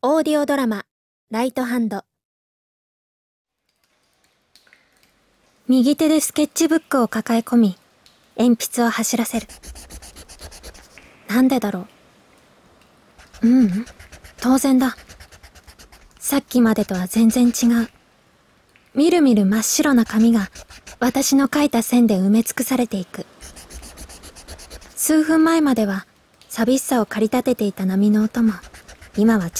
オーディオドラマライトハンド。右手でスケッチブックを抱え込み、鉛筆を走らせる。なんでだろう。当然だ。さっきまでとは全然違う。みるみる真っ白な紙が私の描いた線で埋め尽くされていく。数分前までは寂しさを駆り立てていた波の音も今は違う。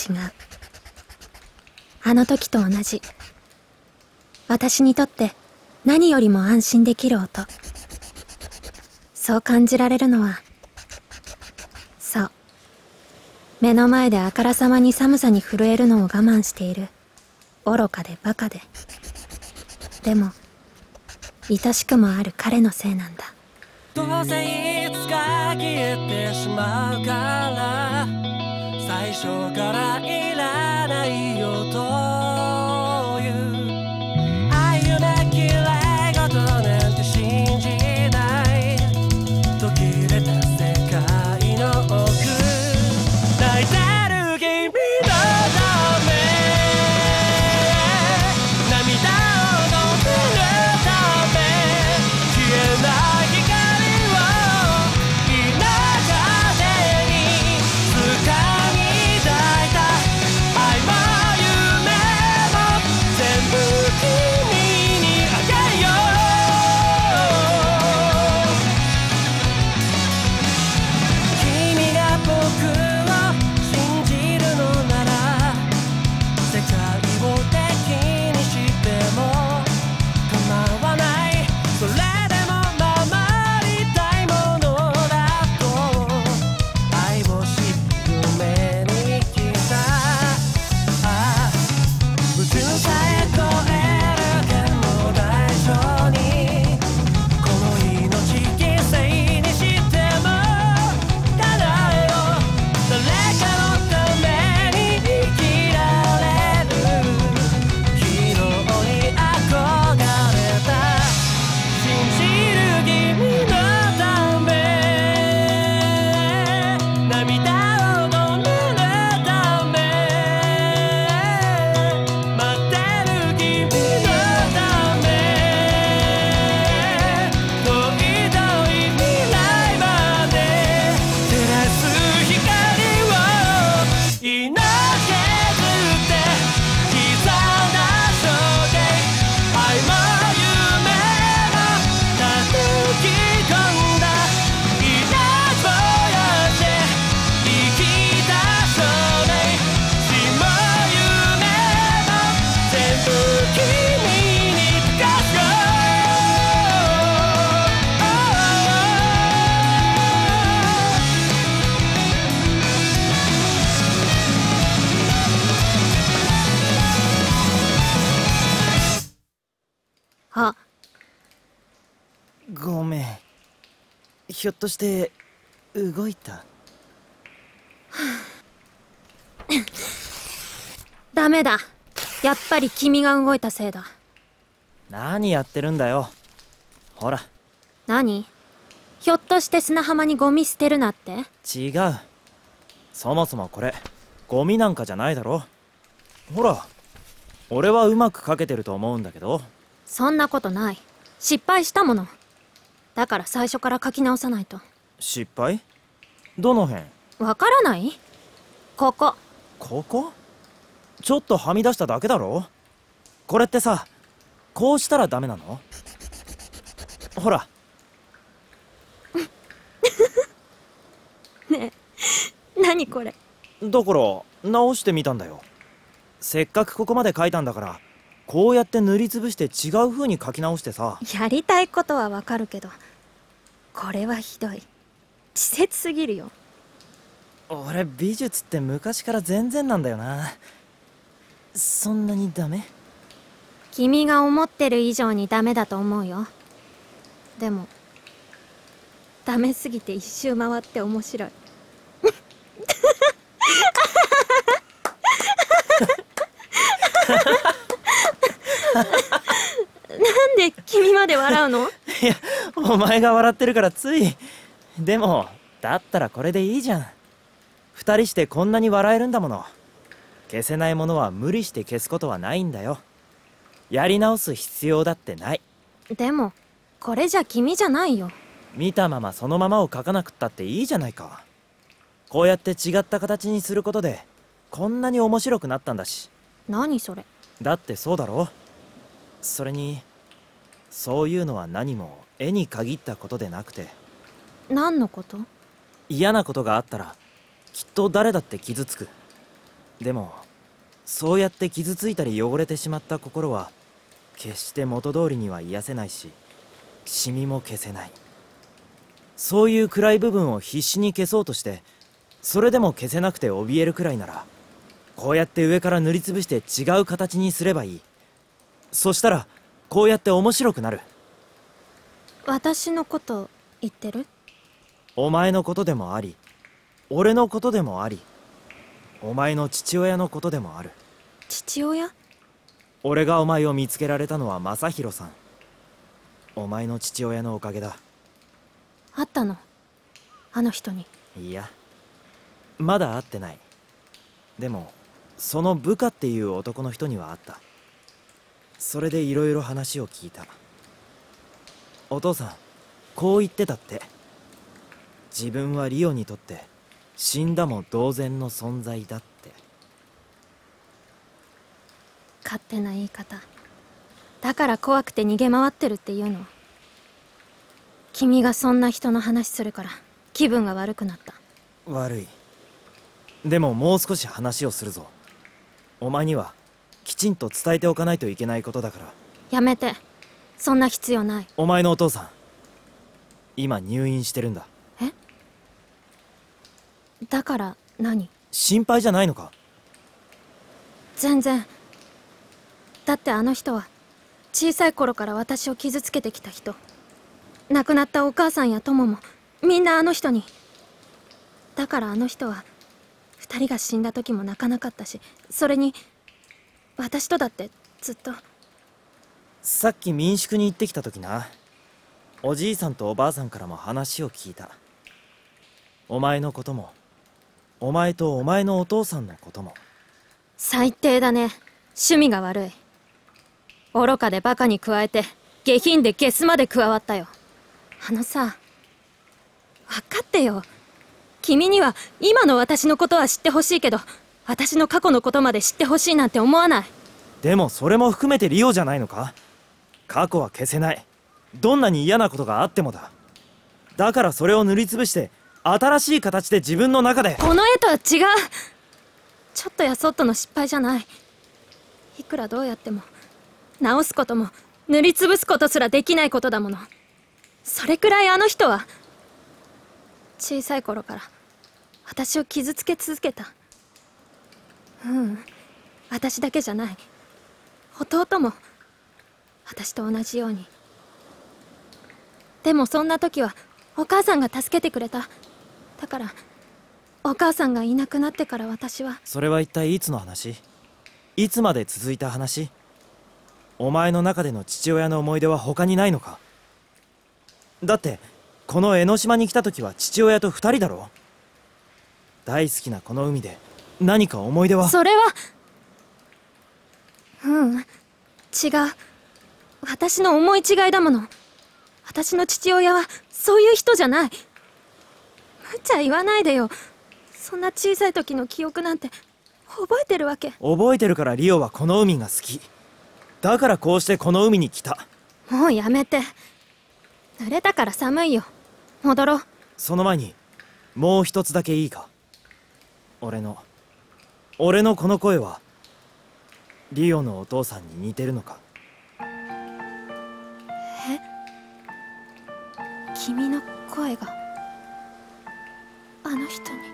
あの時と同じ。私にとって何よりも安心できる音。そう感じられるのは、そう。目の前であからさまに寒さに震えるのを我慢している愚かでバカで。でも、愛しくもある彼のせいなんだ。 どうせいつか消えてしまうから最初からいらないよというああいうなきれい事なんて信じない途切れた世界の奥泣いてる君のため涙を飲めるため消えないごめん。ひょっとして動いた？ ダメだ。やっぱり君が動いたせいだ。 何やってるんだよ。ほら。 何？ひょっとして砂浜にゴミ捨てるなって？ 違う。そもそもこれゴミなんかじゃないだろ。ほら、俺はうまく描けてると思うんだけど。 そんなことない。失敗したもの。だから最初から書き直さないと。 失敗？どの辺？ わからない？ここ。 ここ？ちょっとはみ出しただけだろ。これってさ、こうしたらダメなの？ほら。 ねえ、何これ？ だから直してみたんだよ。せっかくここまで書いたんだから、こうやって塗りつぶして違う風に書き直してさ。 やりたいことはわかるけど、これはひどい。稚拙すぎるよ。 俺美術って昔から全然なんだよな。そんなにダメ？ 君が思ってる以上にダメだと思うよ。でもダメすぎて一周回って面白い。なんで君まで笑うの？ いや、お前が笑ってるからつい。でもだったらこれでいいじゃん。二人してこんなに笑えるんだもの。 消せないものは無理して消すことはないんだよ。やり直す必要だってない。 でもこれじゃ君じゃないよ。 見たままそのままを描かなくったっていいじゃないか。こうやって違った形にすることでこんなに面白くなったんだし。 何それ。 だってそうだろ。それにそういうのは何も絵に限ったことでなくて、 何のこと？ 嫌なことがあったらきっと誰だって傷つく。でもそうやって傷ついたり汚れてしまった心は決して元通りには癒せないし、シミも消せない。そういう暗い部分を必死に消そうとしてそれでも消せなくて怯えるくらいなら、こうやって上から塗りつぶして違う形にすればいい。そしたらこうやって面白くなる。 私のこと言ってる？ お前のことでもあり、俺のことでもあり、お前の父親のことでもある。 父親？ 俺がお前を見つけられたのは正弘さん。お前の父親のおかげだ。 会ったの？あの人に。 いや、まだ会ってない。でもその部下っていう男の人には会った。それでいろいろ話を聞いた。お父さんこう言ってたって。自分はリオにとって死んだも同然の存在だって。 勝手な言い方。だから怖くて逃げ回ってるっていうの？君がそんな人の話するから気分が悪くなった。 悪い。でももう少し話をするぞ。お前にはきちんと伝えておかないといけないことだから。 やめて。そんな必要ない。 お前のお父さん今入院してるんだ。 え？だから何？ 心配じゃないのか？ 全然。だってあの人は小さい頃から私を傷つけてきた人。亡くなったお母さんや友もみんなあの人に。だからあの人は2人が死んだ時も泣かなかったし、それに私とだってずっと。 さっき民宿に行ってきた時な、おじいさんとおばあさんからも話を聞いた。お前のこともお前とお前のお父さんのことも。 最低だね。趣味が悪い。愚かでバカに加えて下品でゲスまで加わったよ。あのさ、分かってよ。君には今の私のことは知ってほしいけど、私の過去のことまで知ってほしいなんて思わない。 でもそれも含めてリオじゃないのか？過去は消せない。どんなに嫌なことがあってもだ。だからそれを塗りつぶして新しい形で自分の中で。 この絵とは違う。ちょっとやそっとの失敗じゃない。いくらどうやっても直すことも塗りつぶすことすらできないことだもの。それくらいあの人は小さい頃から私を傷つけ続けた。私だけじゃない。弟も私と同じように。でもそんな時はお母さんが助けてくれた。だからお母さんがいなくなってから私は。 それは一体いつの話？いつまで続いた話？お前の中での父親の思い出は他にないのか？だってこの江ノ島に来た時は父親と2人だろ。大好きなこの海で何か思い出は？ それは違う。私の思い違いだもの。私の父親はそういう人じゃない。無茶言わないでよ。そんな小さい時の記憶なんて覚えてるわけ？ 覚えてるからリオはこの海が好き。だからこうしてこの海に来た。 もうやめて。濡れたから寒いよ。戻ろう。 その前にもう一つだけいいか？俺のこの声はリオのお父さんに似てるのか？ え？君の声があの人に。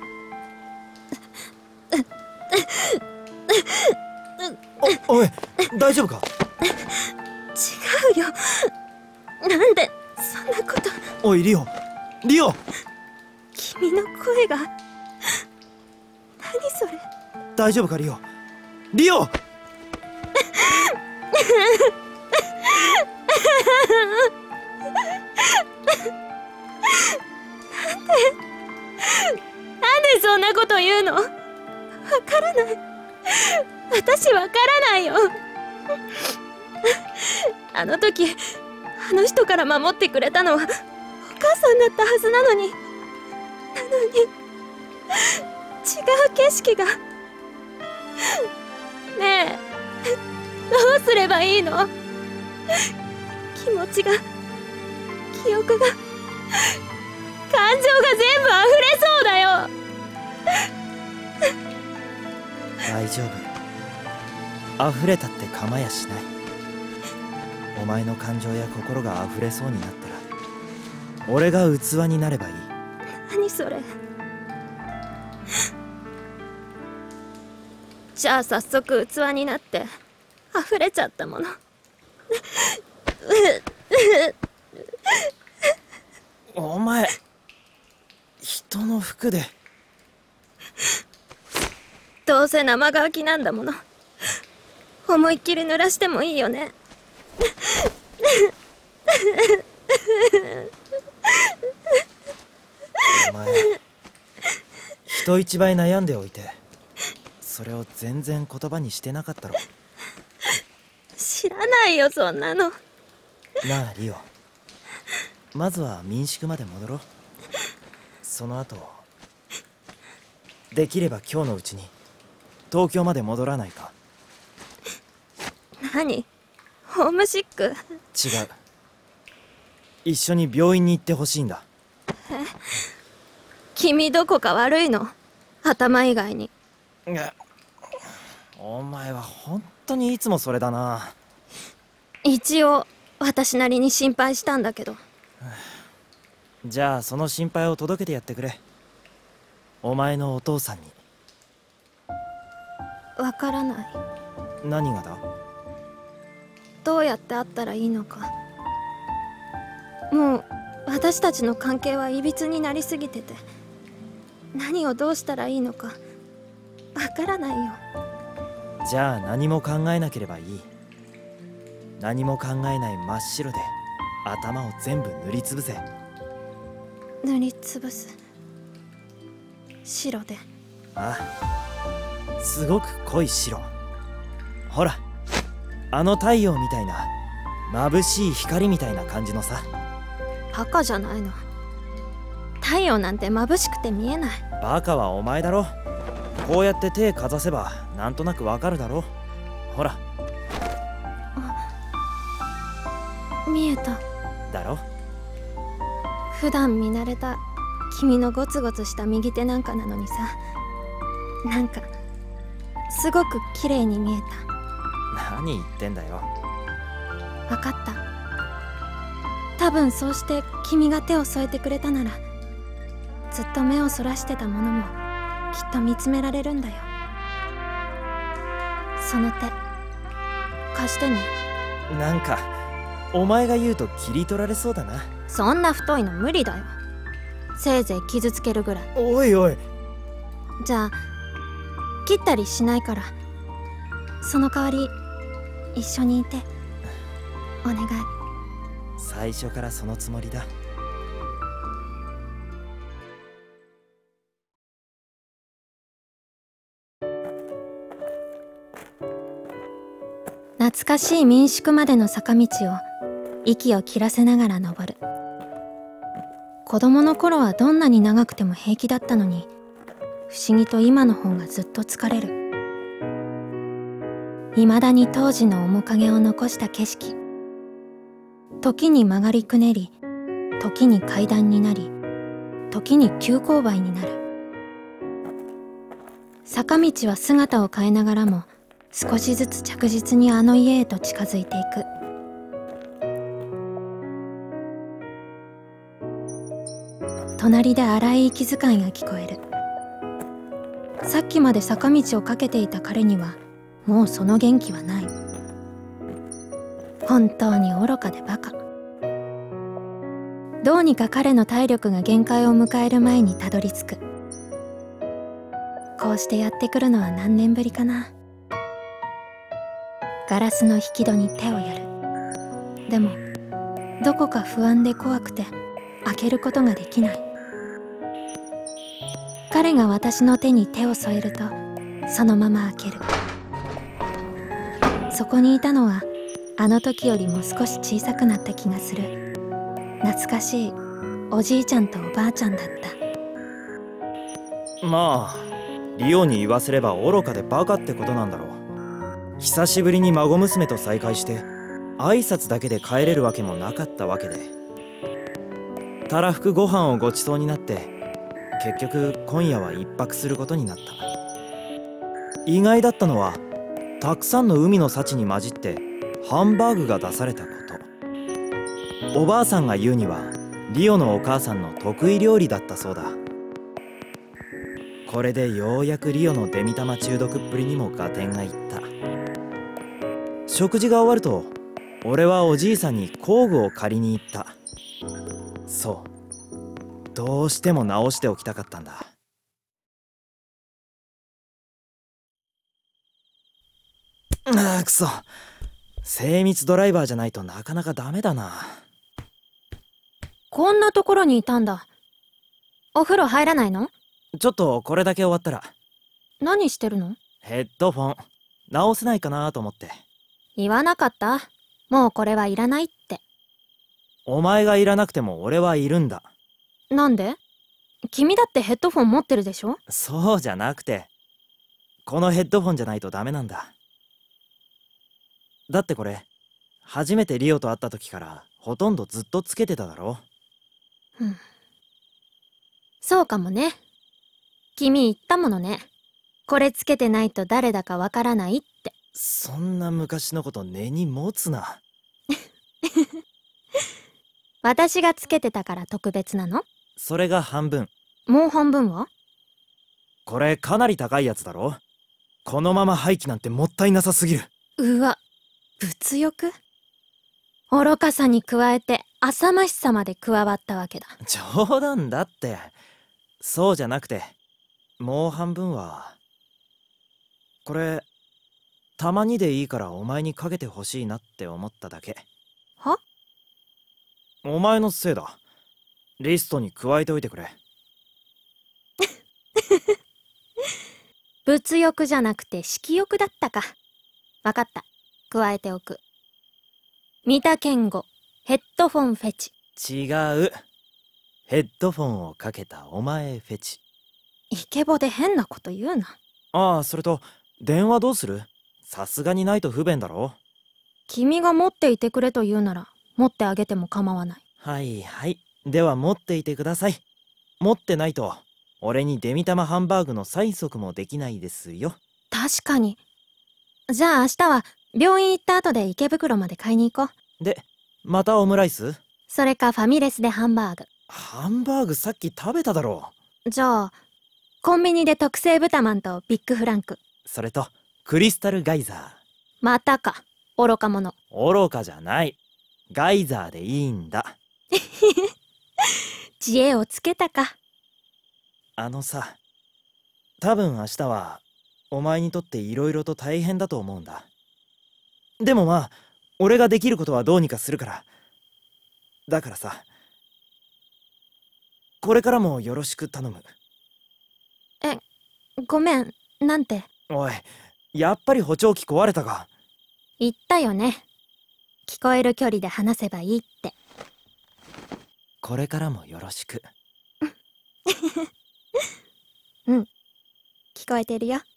おい大丈夫か？ 違うよ。なんでそんなこと。 おいリオ君の声が。何それ。 大丈夫かリオなんでそんなこと言うの？わからない。 私わからないよ。あの時あの人から守ってくれたのはお母さんだったはずなのに違う景色が。ねえ、どうすればいいの？気持ちが、記憶が、感情が全部溢れそうだよ。 大丈夫、溢れたって構やしない。お前の感情や心が溢れそうになったら俺が器になればいい。 何それ。じゃあ早速器になって溢れちゃったもの。 お前、人の服で。 どうせ生乾きなんだもの。思いっきり濡らしてもいいよね。 お前、人一倍悩んでおいてそれを全然言葉にしてなかったろ。 知らないよそんなの。 なあリオ、まずは民宿まで戻ろう。その後できれば今日のうちに東京まで戻らないか。 何？ホームシック？ 違う、一緒に病院に行ってほしいんだ。 君どこか悪いの？頭以外に。 お前は本当にいつもそれだな。 一応私なりに心配したんだけど。 じゃあその心配を届けてやってくれ、お前のお父さんに。 わからない。 何がだ？ どうやって会ったらいいのか。もう私たちの関係はいびつになりすぎてて、何をどうしたらいいのかわからないよ。 じゃあ何も考えなければいい。何も考えない真っ白で頭を全部塗りつぶせ。 塗りつぶす。白で。 ああ、すごく濃い白。ほら、あの太陽みたいな眩しい光みたいな感じのさ。 バカじゃないの。太陽なんて眩しくて見えない。 バカはお前だろ。こうやって手かざせばなんとなくわかるだろ。ほら。 見えた。 だろ。 普段見慣れた君のゴツゴツした右手なんかなのにさ、なんかすごく綺麗に見えた。 何言ってんだよ。 わかった。多分そうして君が手を添えてくれたなら、ずっと目をそらしてたものもきっと見つめられるんだよ。その手貸してね。 なんかお前が言うと切り取られそうだな。 そんな太いの無理だよ。せいぜい傷つけるぐらい。 おいおい。 じゃあ切ったりしないから、その代わり一緒にいてお願い。 最初からそのつもりだ。 懐かしい民宿までの坂道を息を切らせながら登る。子供の頃はどんなに長くても平気だったのに、不思議と今の方がずっと疲れる。未だに当時の面影を残した景色。時に曲がりくねり、時に階段になり、時に急勾配になる。坂道は姿を変えながらも少しずつ着実にあの家へと近づいていく。隣で荒い息遣いが聞こえる。さっきまで坂道をかけていた彼にはもうその元気はない。本当に愚かでバカ。どうにか彼の体力が限界を迎える前にたどり着く。こうしてやってくるのは何年ぶりかな。ガラスの引き戸に手をやる。でもどこか不安で怖くて開けることができない。彼が私の手に手を添えるとそのまま開ける。そこにいたのはあの時よりも少し小さくなった気がする。懐かしいおじいちゃんとおばあちゃんだった。 まあリオに言わせれば愚かでバカってことなんだろう。久しぶりに孫娘と再会して挨拶だけで帰れるわけもなかったわけで、たらふくご飯をごちそうになって結局今夜は一泊することになった。意外だったのはたくさんの海の幸に混じってハンバーグが出されたこと。おばあさんが言うにはリオのお母さんの得意料理だったそうだ。これでようやくリオのデミ玉中毒っぷりにも合点がいった。食事が終わると俺はおじいさんに工具を借りに行った。そう、どうしても直しておきたかったんだ。ああ、くそ。精密ドライバーじゃないとなかなかダメだな。 こんなところにいたんだ。お風呂入らないの？ ちょっとこれだけ終わったら。 何してるの？ ヘッドフォン直せないかなと思って。 言わなかった？もうこれはいらないって。 お前がいらなくても俺はいるんだ。 なんで？君だってヘッドフォン持ってるでしょ？ そうじゃなくて、このヘッドフォンじゃないとダメなんだ。だってこれ初めてリオと会った時からほとんどずっとつけてただろ。 そうかもね。君言ったものね。これつけてないと誰だかわからないって。 そんな昔のこと根に持つな。 私がつけてたから特別なの？ それが半分。 もう半分は？ これかなり高いやつだろ。このまま廃棄なんてもったいなさすぎる。 うわ、物欲？愚かさに加えて浅ましさまで加わったわけだ。 冗談だって。そうじゃなくて、もう半分はこれたまにでいいからお前にかけてほしいなって思っただけ。 は？ お前のせいだ。リストに加えておいてくれ。 物欲じゃなくて色欲だったか。わかった。加えておく。三田健吾、ヘッドフォンフェチ。 違う。ヘッドフォンをかけたお前フェチ。 イケボで変なこと言うな。 ああ、それと電話どうする？さすがにないと不便だろ。 君が持っていてくれと言うなら持ってあげても構わない。 はいはい、では持っていてください。持ってないと俺にデミ玉ハンバーグの催促もできないですよ。 確かに。じゃあ明日は病院行った後で池袋まで買いに行こう。で、またオムライス？ それかファミレスでハンバーグ。 ハンバーグさっき食べただろう。じゃあコンビニで特製豚まんとビッグフランク。 それとクリスタルガイザー。 またか、愚か者。 愚かじゃない。ガイザーでいいんだ。 知恵をつけたか。 あのさ、多分明日はお前にとっていろいろと大変だと思うんだ。でもまあ俺ができることはどうにかするから。だからさ、これからもよろしく頼む。 ごめん、なんて。 おい、やっぱり補聴器壊れたか。 言ったよね。聞こえる距離で話せばいいって。 これからもよろしく。 うん、聞こえてるよ。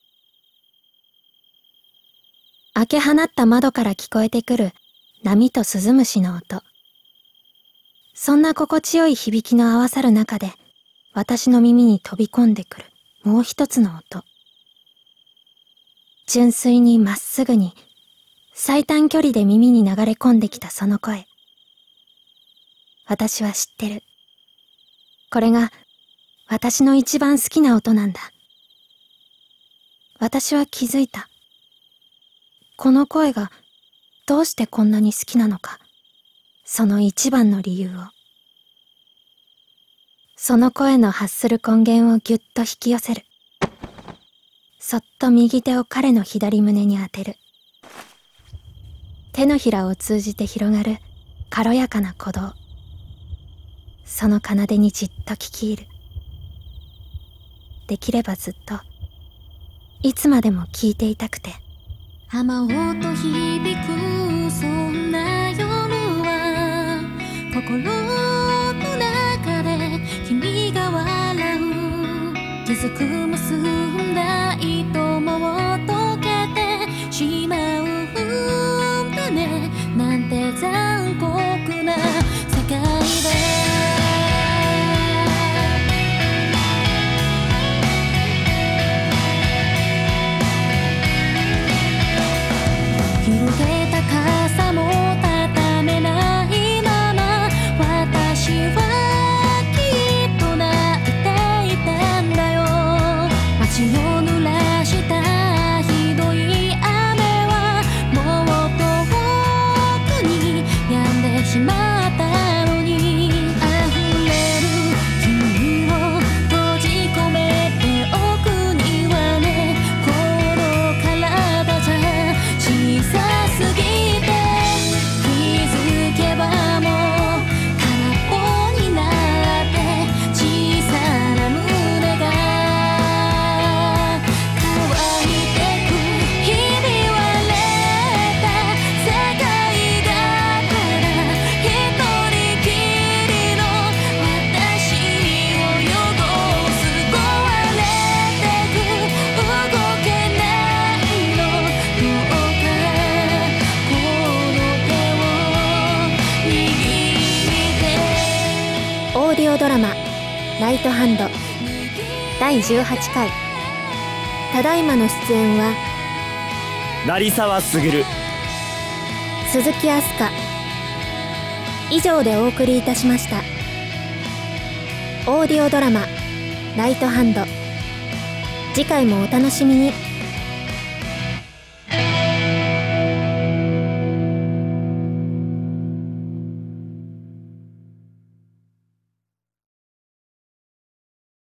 開け放った窓から聞こえてくる波とスズムシの音。そんな心地よい響きの合わさる中で、私の耳に飛び込んでくるもう一つの音。純粋にまっすぐに、最短距離で耳に流れ込んできたその声。私は知ってる。これが私の一番好きな音なんだ。私は気づいた。この声がどうしてこんなに好きなのか、その一番の理由を。その声の発する根源をぎゅっと引き寄せる。そっと右手を彼の左胸に当てる。手のひらを通じて広がる軽やかな鼓動。その奏でにじっと聞き入る。できればずっといつまでも聞いていたくて。 雨音響くそんな夜は心の中で君が笑う気づく結んだ糸も溶けてしまうんだねなんて残酷な世界で広げた傘も畳めないまま私はきっと泣いていたんだよ街を濡らしたひどい雨はもう遠くに止んでしまったのに溢れる君を閉じ込めておくにはねこの体じゃ小さすぎて気づけばもう空っぽになって小さな胸が乾いてくひび割れた世界だから一人きりの私を汚す壊れてく動けないのどうかこの手を握ってオーディオドラマライトハンド第18回。ただいまの出演は成沢卓、 鈴木飛鳥以上でお送りいたしました。オーディオドラマライトハンド、次回もお楽しみに。